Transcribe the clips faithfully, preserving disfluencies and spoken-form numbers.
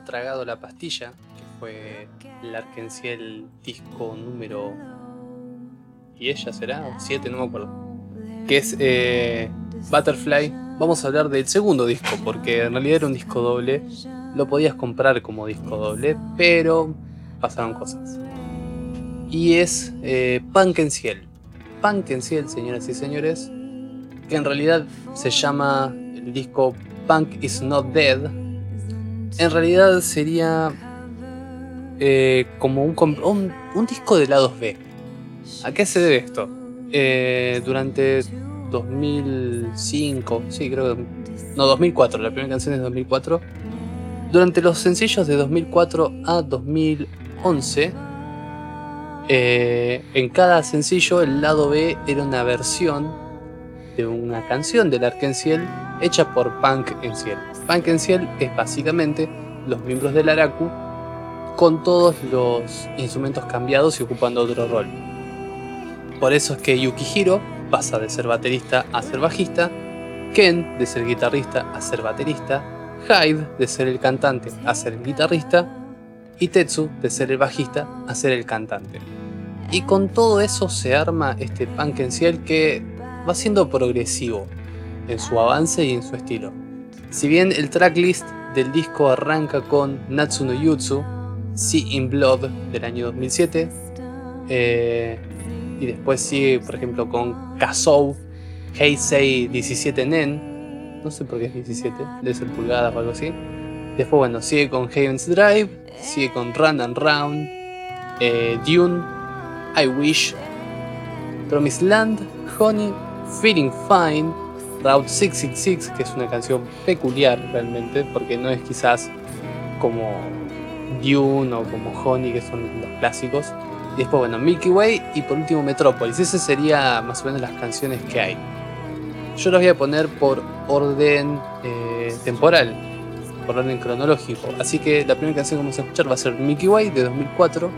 tragado la pastilla, que fue el Arc-en-Ciel disco número... ¿Y ella será? siete, no me acuerdo. Que es eh, Butterfly. Vamos a hablar del segundo disco, porque en realidad era un disco doble. Lo podías comprar como disco doble, pero pasaron cosas. Y es eh, Punk-en-Ciel. Punk-en-Ciel, señoras y señores, que en realidad se llama el disco Punk is Not Dead. En realidad sería eh, como un, un, un disco de lados B. ¿A qué se debe esto? Eh, durante dos mil cinco, sí, creo que... No, dos mil cuatro, la primera canción es dos mil cuatro. Durante los sencillos de dos mil cuatro a dos mil once, eh, en cada sencillo el lado B era una versión de una canción del Arc-en-Ciel hecha por Punk-en-Ciel. Punk-en-Ciel es básicamente los miembros del Araku con todos los instrumentos cambiados y ocupando otro rol. Por eso es que Yukihiro pasa de ser baterista a ser bajista, Ken de ser guitarrista a ser baterista, Hyde de ser el cantante a ser el guitarrista y Tetsu de ser el bajista a ser el cantante. Y con todo eso se arma este Punk-en-Ciel que va siendo progresivo en su avance y en su estilo. Si bien el tracklist del disco arranca con Natsu no Yutsu, Sea in Blood del año dos mil siete, eh, y después sigue por ejemplo con Kazou, Heisei diecisiete Nen, no sé por qué es diecisiete, debe ser pulgadas o algo así. Después bueno, sigue con Heaven's Drive, sigue con Run and Round, eh, Dune, I Wish, Promised Land, Honey, Feeling Fine, Route seiscientos sesenta y seis, que es una canción peculiar realmente, porque no es quizás como Dune o como Honey, que son los clásicos. Y después, bueno, Milky Way y por último Metropolis. Esas serían más o menos las canciones que hay. Yo las voy a poner por orden eh, temporal, por orden cronológico. Así que la primera canción que vamos a escuchar va a ser Milky Way de dos mil cuatro.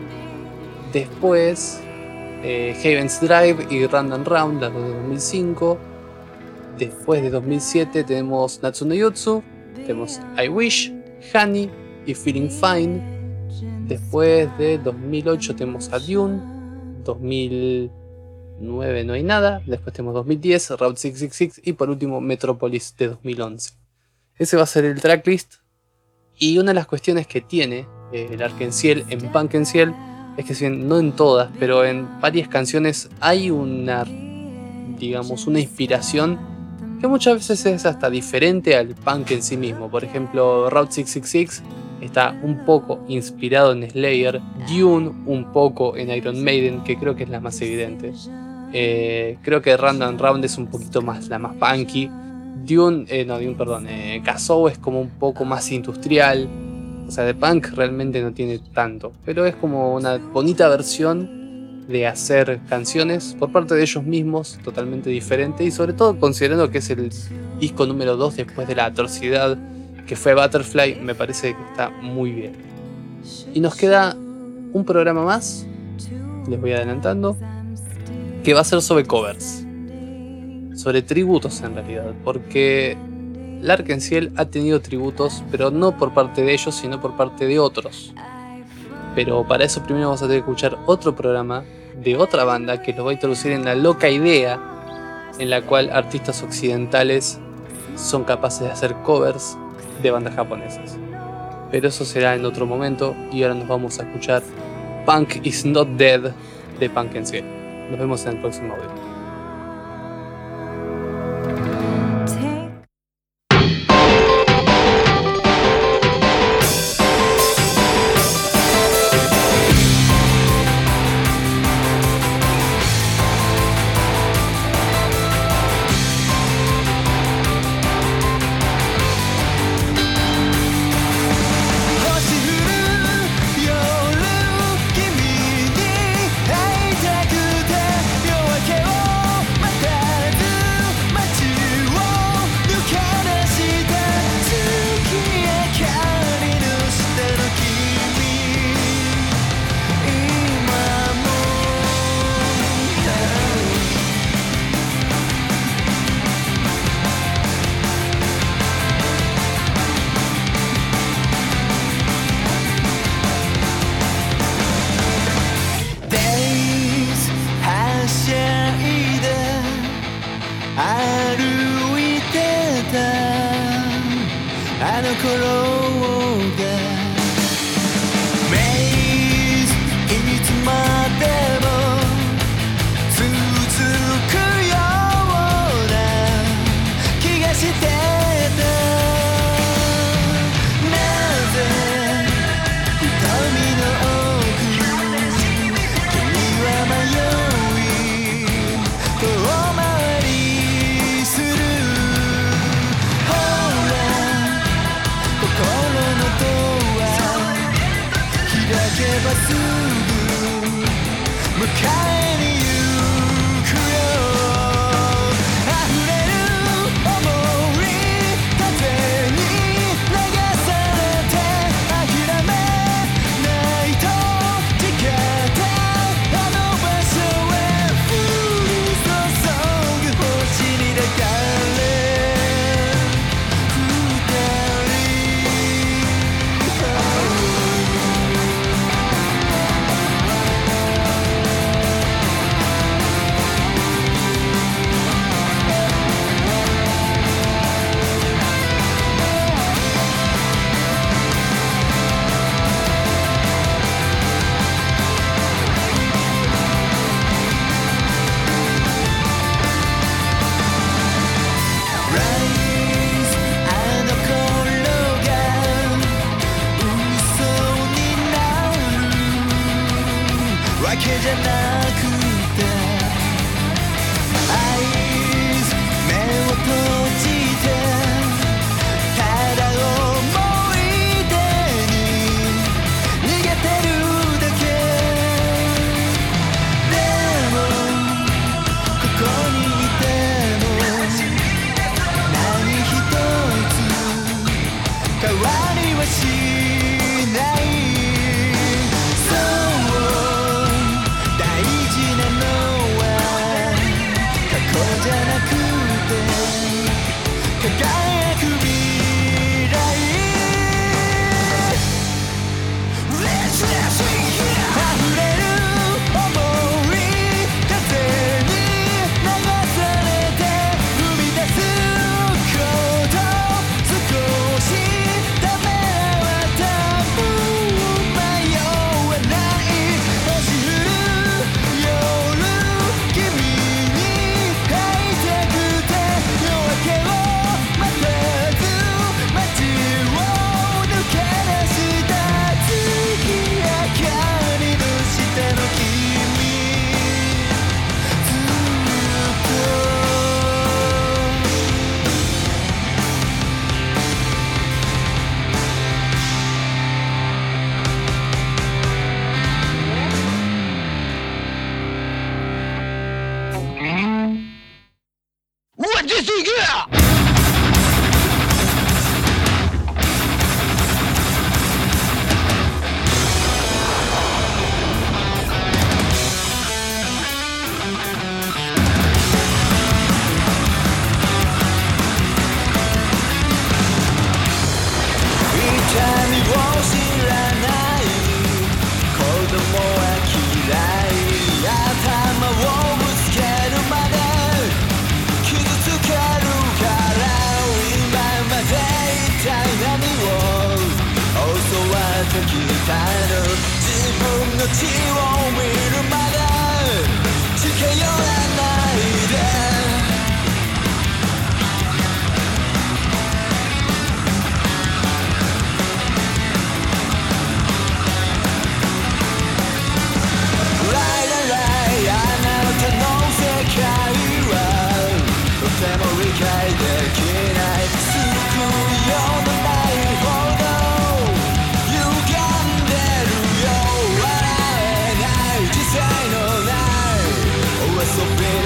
Después eh, Heaven's Drive y Run and Round, las dos de dos mil cinco. Después de dos mil siete tenemos Natsu no Yutsu, tenemos I Wish, Honey y Feeling Fine. Después de dos mil ocho tenemos a Dune, dos mil nueve no hay nada, después tenemos dos mil diez, Route seiscientos sesenta y seis y por último Metropolis de dos mil once. Ese va a ser el tracklist. Y una de las cuestiones que tiene eh, el Arc-en-Ciel en Punk-en-Ciel es que si bien no en todas, pero en varias canciones hay una, digamos, una inspiración que muchas veces es hasta diferente al punk en sí mismo. Por ejemplo, Route seiscientos sesenta y seis está un poco inspirado en Slayer, Dune un poco en Iron Maiden, que creo que es la más evidente. Eh, creo que Run and Round es un poquito más la más punky. Dune, eh, no, Dune, perdón, eh, Kazou es como un poco más industrial. O sea, de punk realmente no tiene tanto, pero es como una bonita versión de hacer canciones por parte de ellos mismos, totalmente diferente, y sobre todo considerando que es el disco número dos después de la atrocidad que fue Butterfly, me parece que está muy bien. Y nos queda un programa más, les voy adelantando, que va a ser sobre covers, sobre tributos en realidad, porque el Arc-en-Ciel ha tenido tributos, pero no por parte de ellos, sino por parte de otros. Pero para eso primero vamos a tener que escuchar otro programa de otra banda que los va a introducir en la loca idea en la cual artistas occidentales son capaces de hacer covers de bandas japonesas. Pero eso será en otro momento, y ahora nos vamos a escuchar Punk is Not Dead de Punk-en-Ciel. Nos vemos en el próximo audio. Yo So big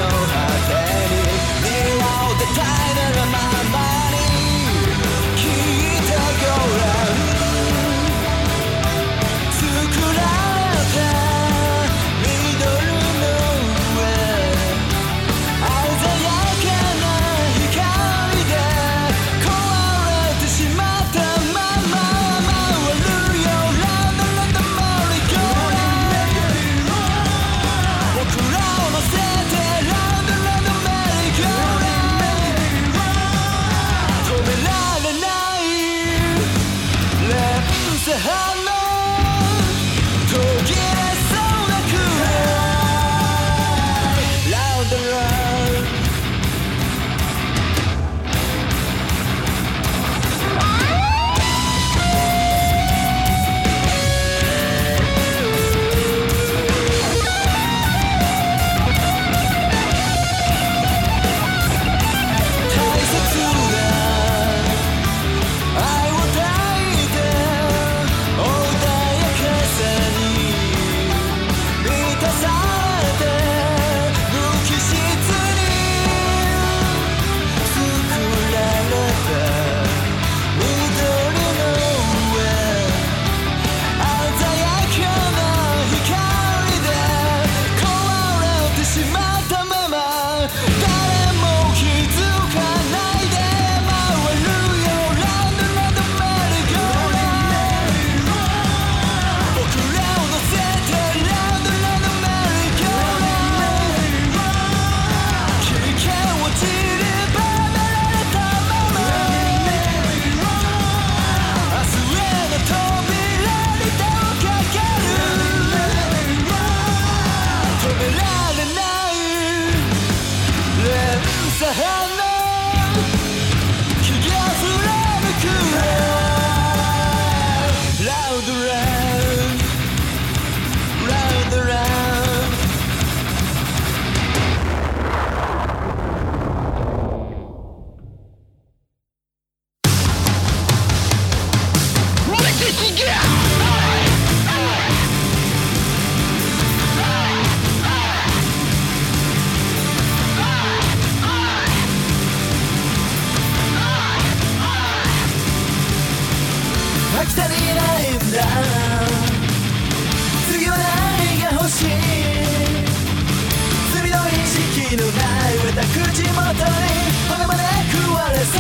のない植えた口元に骨まで食われそう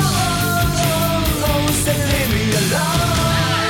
Say leave me alone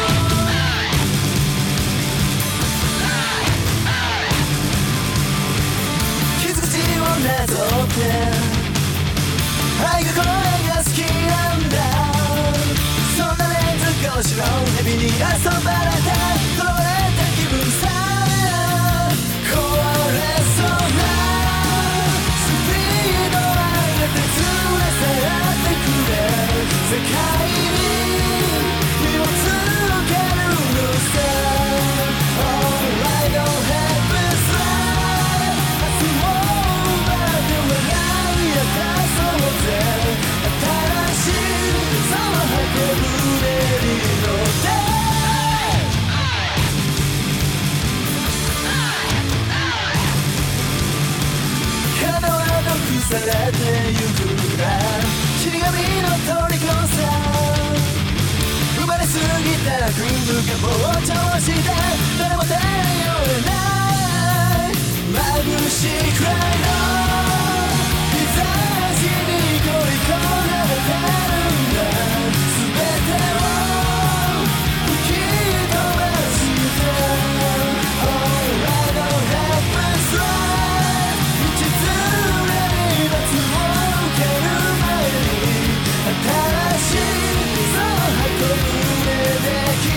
傷口をなぞって愛が声が好きなんだそんなレンズ越しの蛇に遊ばれた囚われた気分さ壊れそうなスピード上げて連れ去ってくれ世界に火をつけるのさ All I don't have is life 明日を奪って笑い明かそうぜ新しいその箱舟に乗って体は毒されてゆくな死神の虜さ生まれすぎた空が膨張して誰も手に負えない眩しいくらいの日差しに恋焦がれてるんだ全てを吹き飛ばして All I don't have is life 道連れに罰を受ける前に新しいその箱舟で君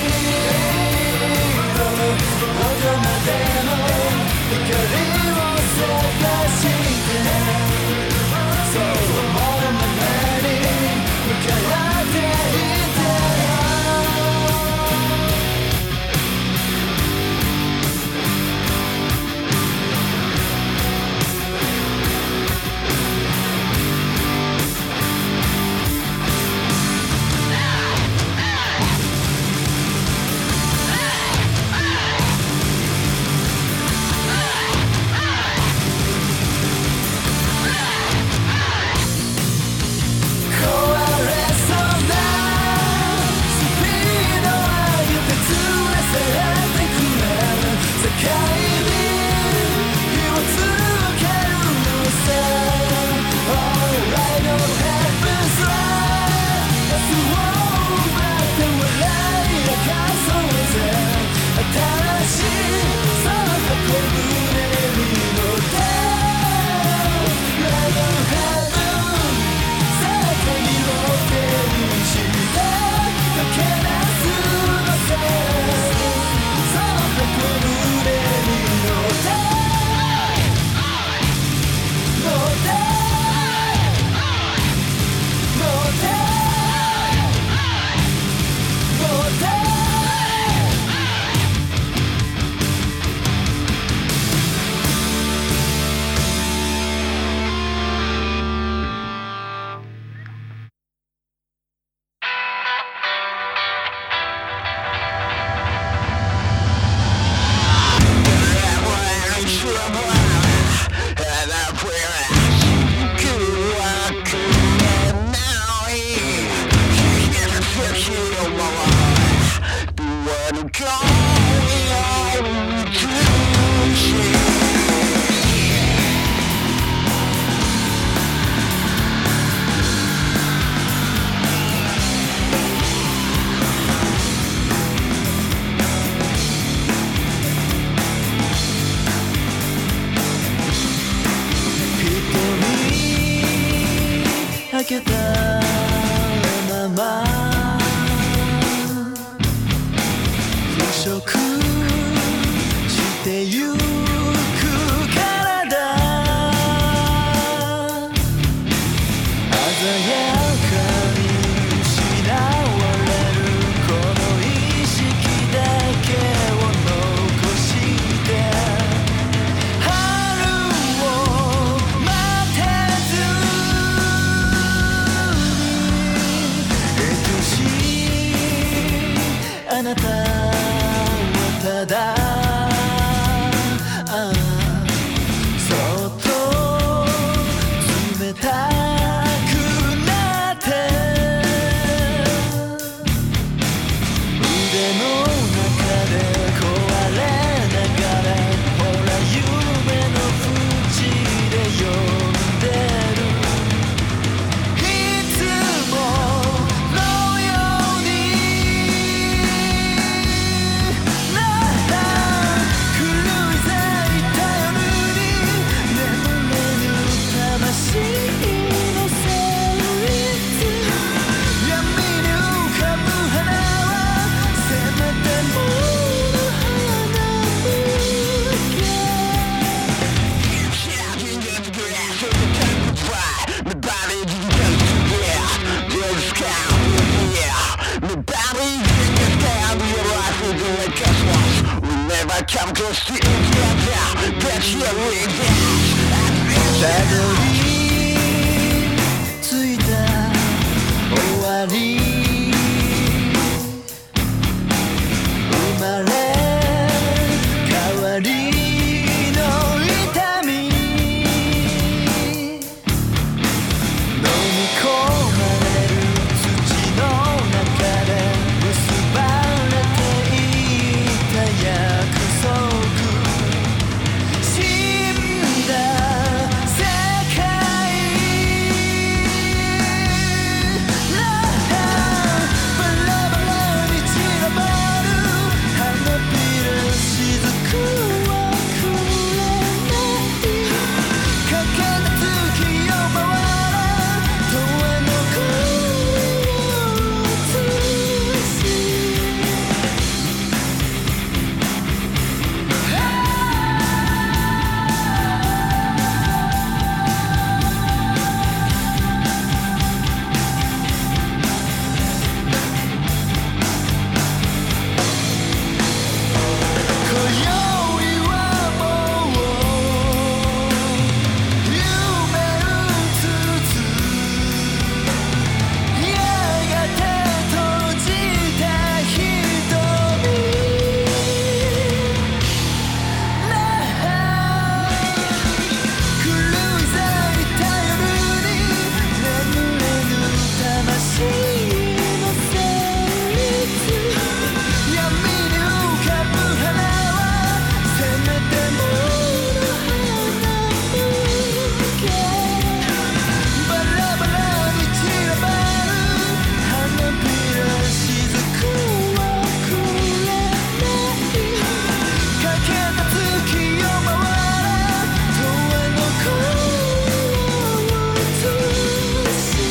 のどこまでも光を探してそう思うままに向かっていた壊れそうなスピード上げて連れ去ってくれ世界に火をつけるのさ All I don't have is life 明日を奪って笑い明かそうぜ新しいその箱舟に乗って I don't have 世界を手にして駆け出すのさその箱舟に乗って乗って乗って乗って開けたまま腐食してゆく体鮮やかに失われるこの意識だけを残して春を待てず愛しいあなたはただそっと冷たくなって腕の中で壊れながらほら夢の淵でたどり着いた終わり生まれ変わりの痛み飲み込まれる土の中で結ばれていた約束死んだ世界バラバラに散らばる花びら雫はくれないかけた月を回れ永遠の恋を映し今宵はもう夢うつつやがて閉じた瞳狂い咲いた夜に眠れぬ魂の旋律闇に浮かぶ花はせめてもの花向けバラバラに散らばる花びら雫はくれないかけた月を回れ永遠の恋を映し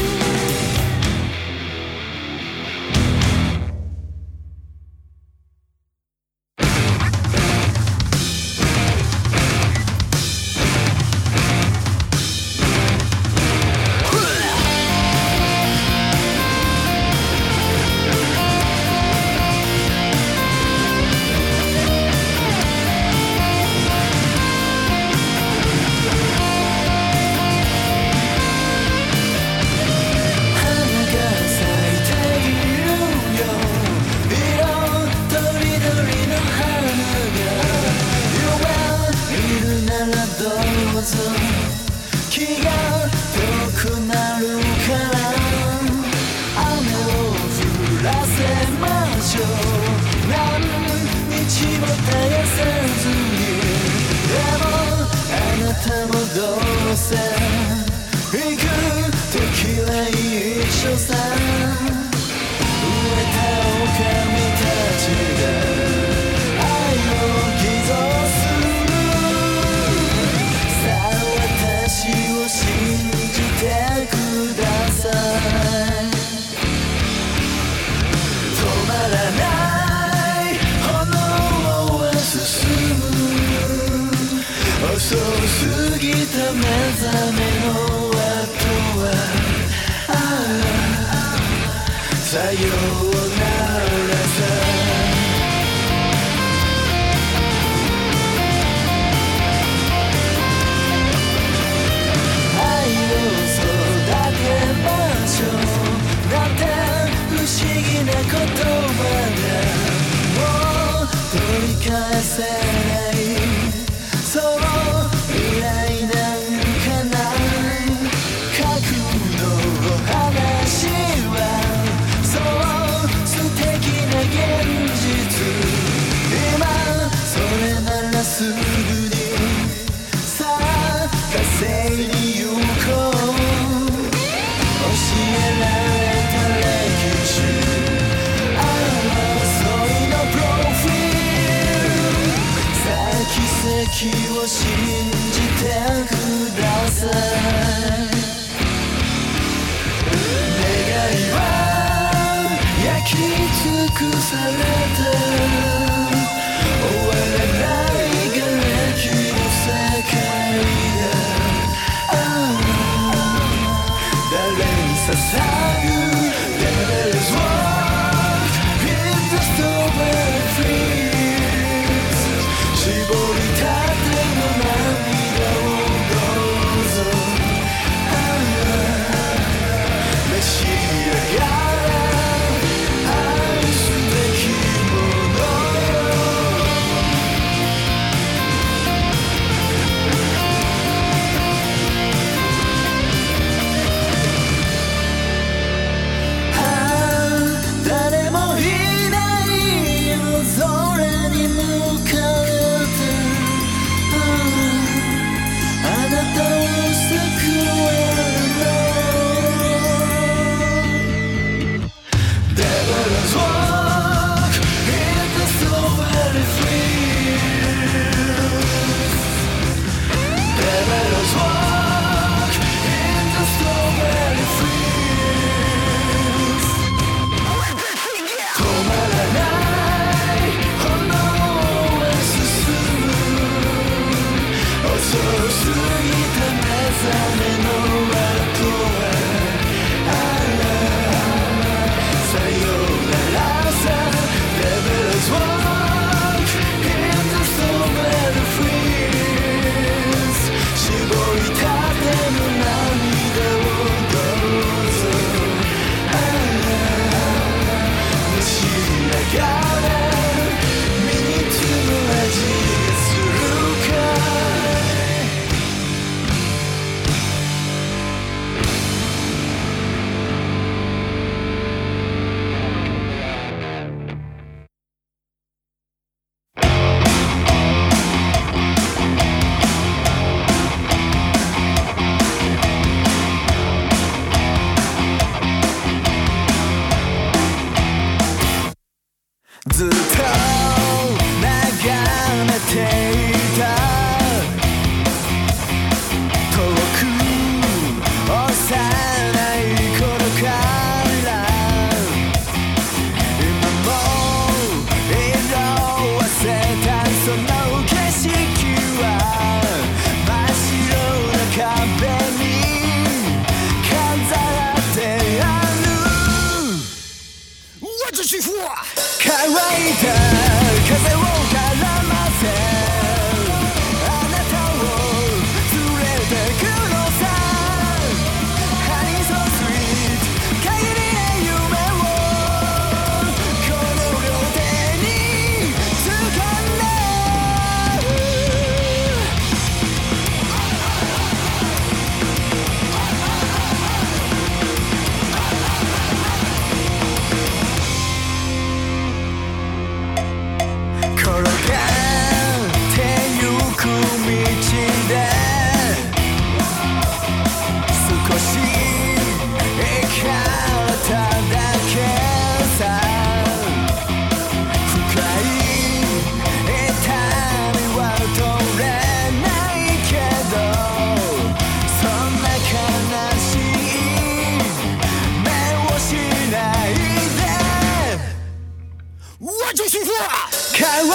花が咲いているよ色とりどりの花が夢見るならどうぞ気が遠くなるから雨を降らせましょう何日も絶やさずにでもあなたもどうせ行く時は一緒さ飢えた狼たちが愛を偽造するさあ私を信じてください止まらない炎は進む遅すぎた目覚めの後はああさようならさ愛を育てましょうなんて不思議な言葉でもう取り返せないそう未来なんかない過去の話はそう素敵な現実今それならすぐにさあ稼いに行こう教えられた歴史争いのプロフィールさあ奇跡を信じてください願いは焼き尽くされた終わらない瓦礫の世界だああ誰に捧ぐ There is one in the strawberry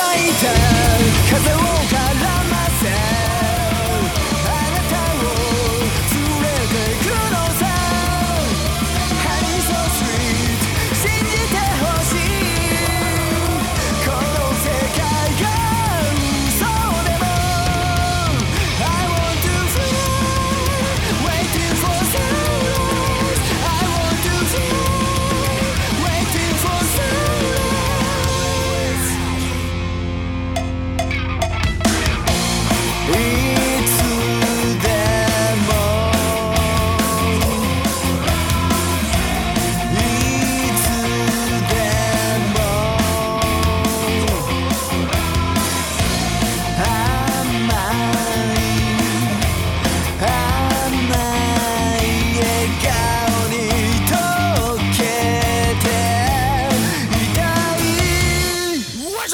乾いた風を絡ませあなたを連れてくのさ Honey so sweet 信じてほしいこの世界が嘘でも I want to fly waiting for sunrise I want to fly waiting for sunriseいつでもいつでも甘い甘い笑顔に溶けていたい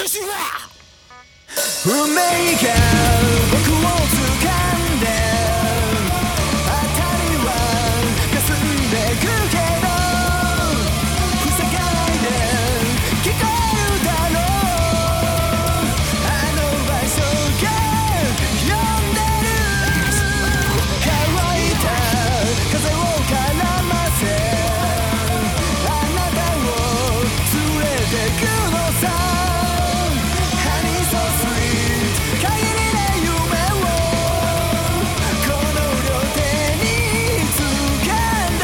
運命が僕を掴んで当たりは霞んでくけど塞がないで聞こえるだろうあの場所が呼んでる乾いた風を絡ませあなたを連れてくのさ Honey so sweet 限りない夢をこの両手に掴んで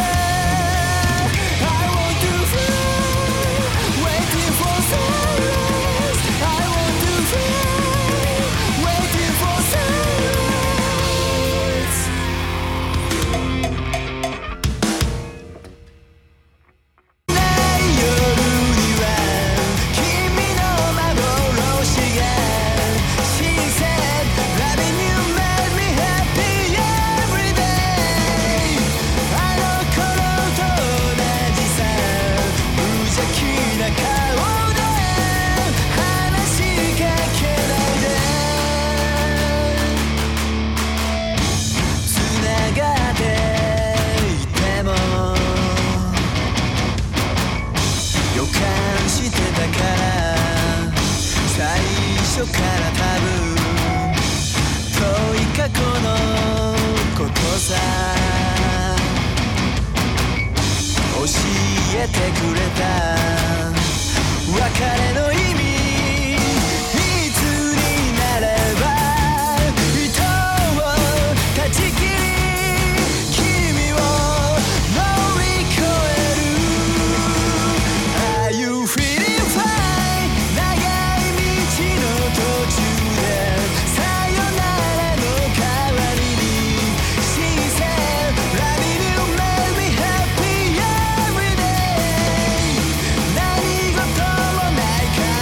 I want to fly waiting for sunrise I want to fly waiting for sunrise ない夜には君の幻が She said loving you made me happy every day あの頃と同じさ無邪気な顔で話しかけないで繋がっていても予感してたから最初から多分遠い過去のことさ教えてくれた別れの意味いつになれば糸を断ち切り君を乗り越える Are you feeling fine 長い道の途中でさよならの代わりに She said loving you made me happy every day 何事もないか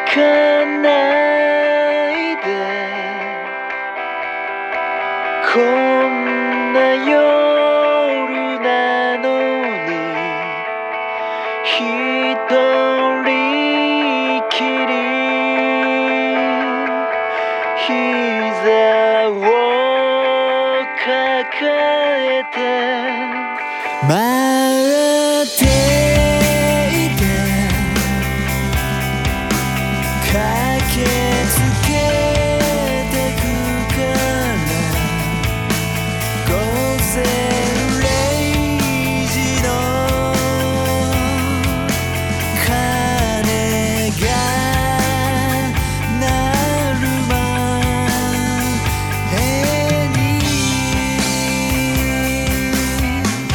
かないでこんな夜なのに一人きり膝を抱えて待っていて駆けつけてくから午前零時の鐘が鳴る前に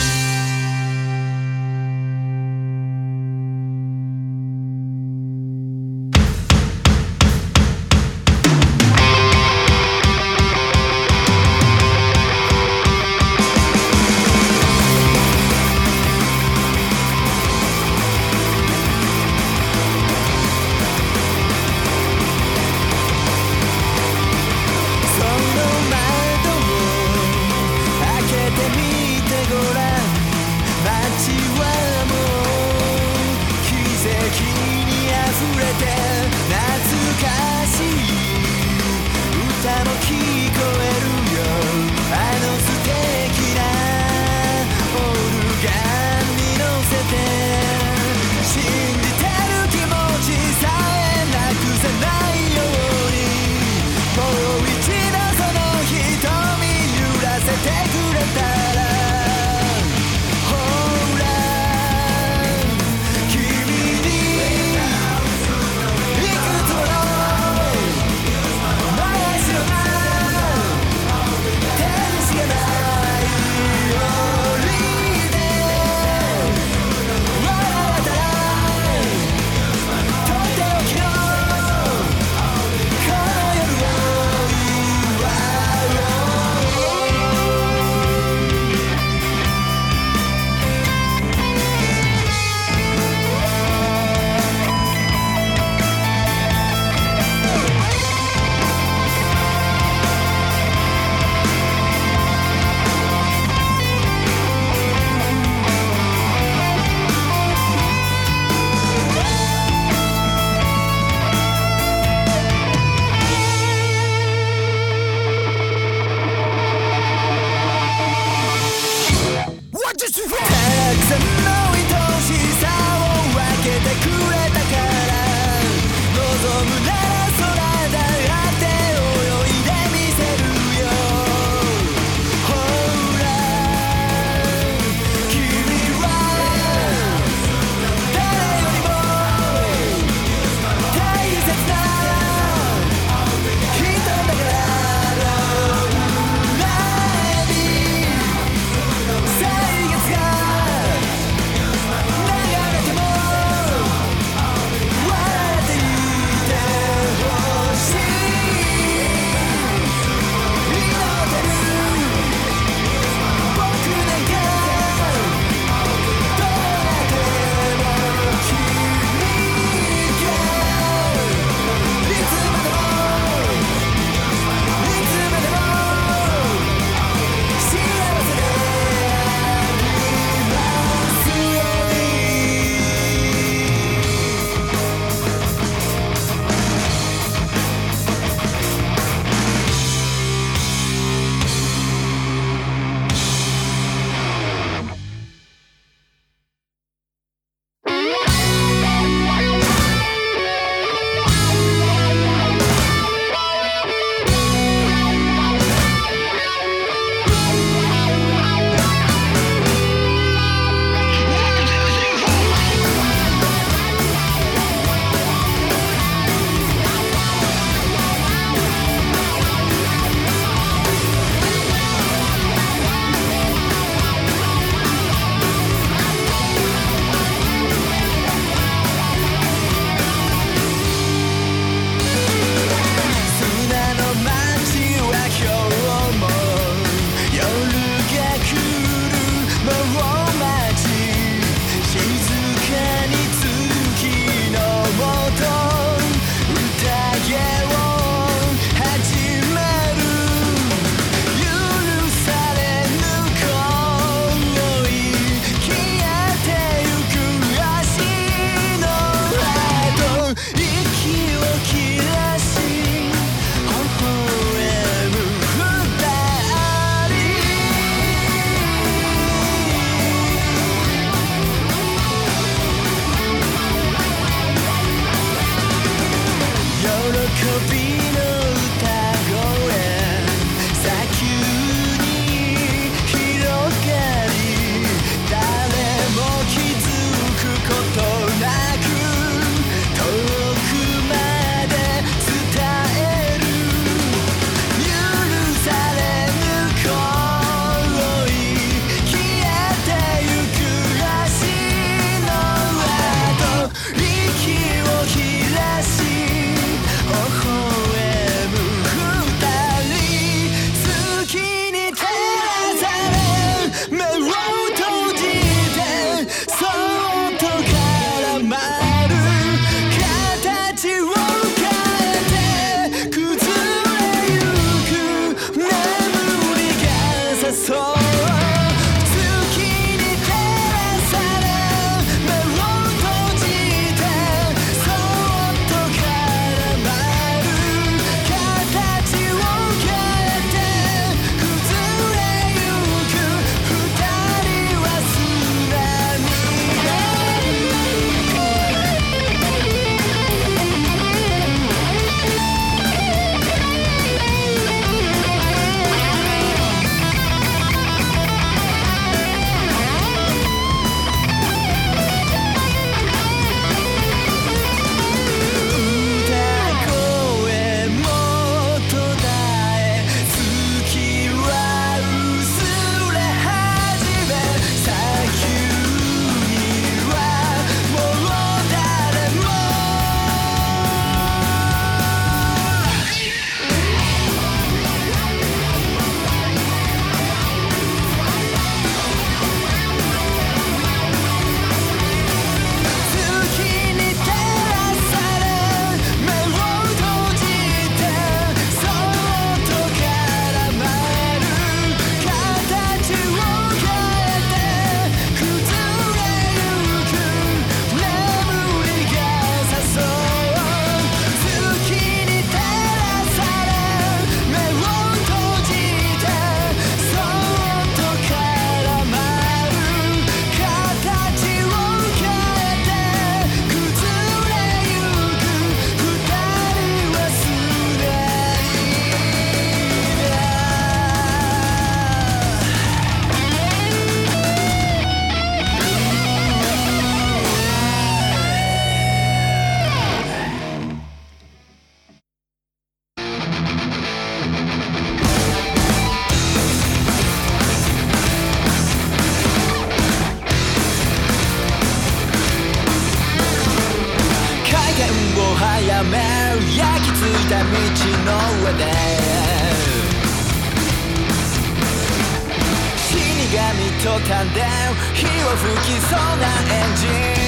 と感電火を吹きそうなエンジン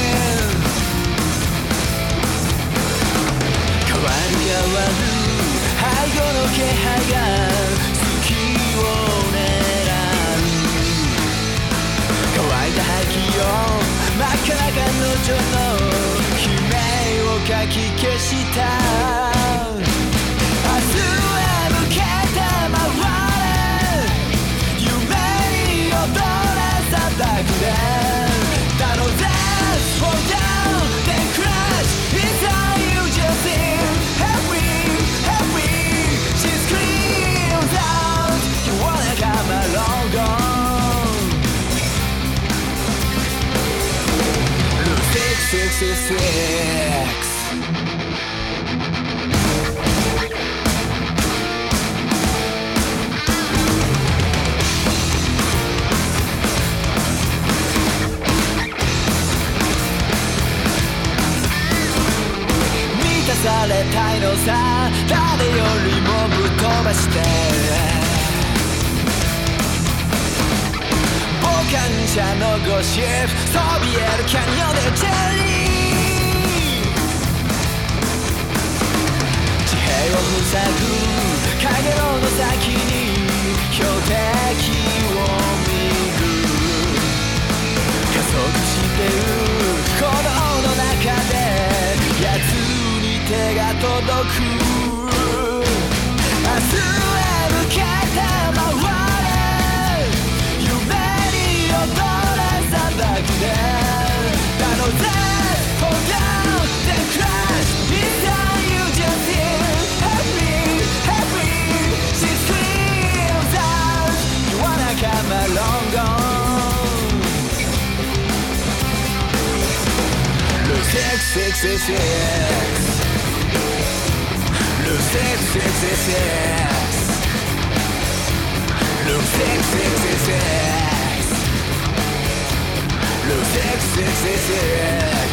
変わる変わる背後の気配が隙を狙う乾いた排気音真っ赤な彼女の悲鳴をかき消した明日へ向けて回れ夢に踊れさだくれだろうぜ Fall down then crash inside you just in Every, every She screams out You wanna come along gone Six, six, six, sixされたいのさ誰よりもぶっ飛ばして傍観者のゴシップそびえるキャニオンでチェリー地平を塞ぐ影の先に標的を見る加速してる鼓動の中で奴手が届く明日へ向けて回れ夢に踊れさだくれだろうぜ Fall down then crash inside you just in six six. Look six six six six. Look six six six six. Look six six six six.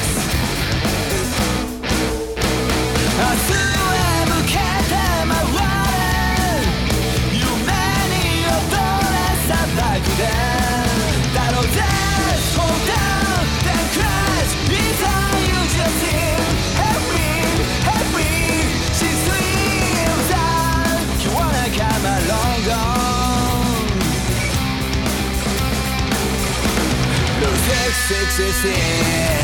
明日へ向けて回れ夢に踊れサバイクでだろうぜ Hold down then crash Inside you just sing Help me, help me She screams out You wanna come along on Look six six six six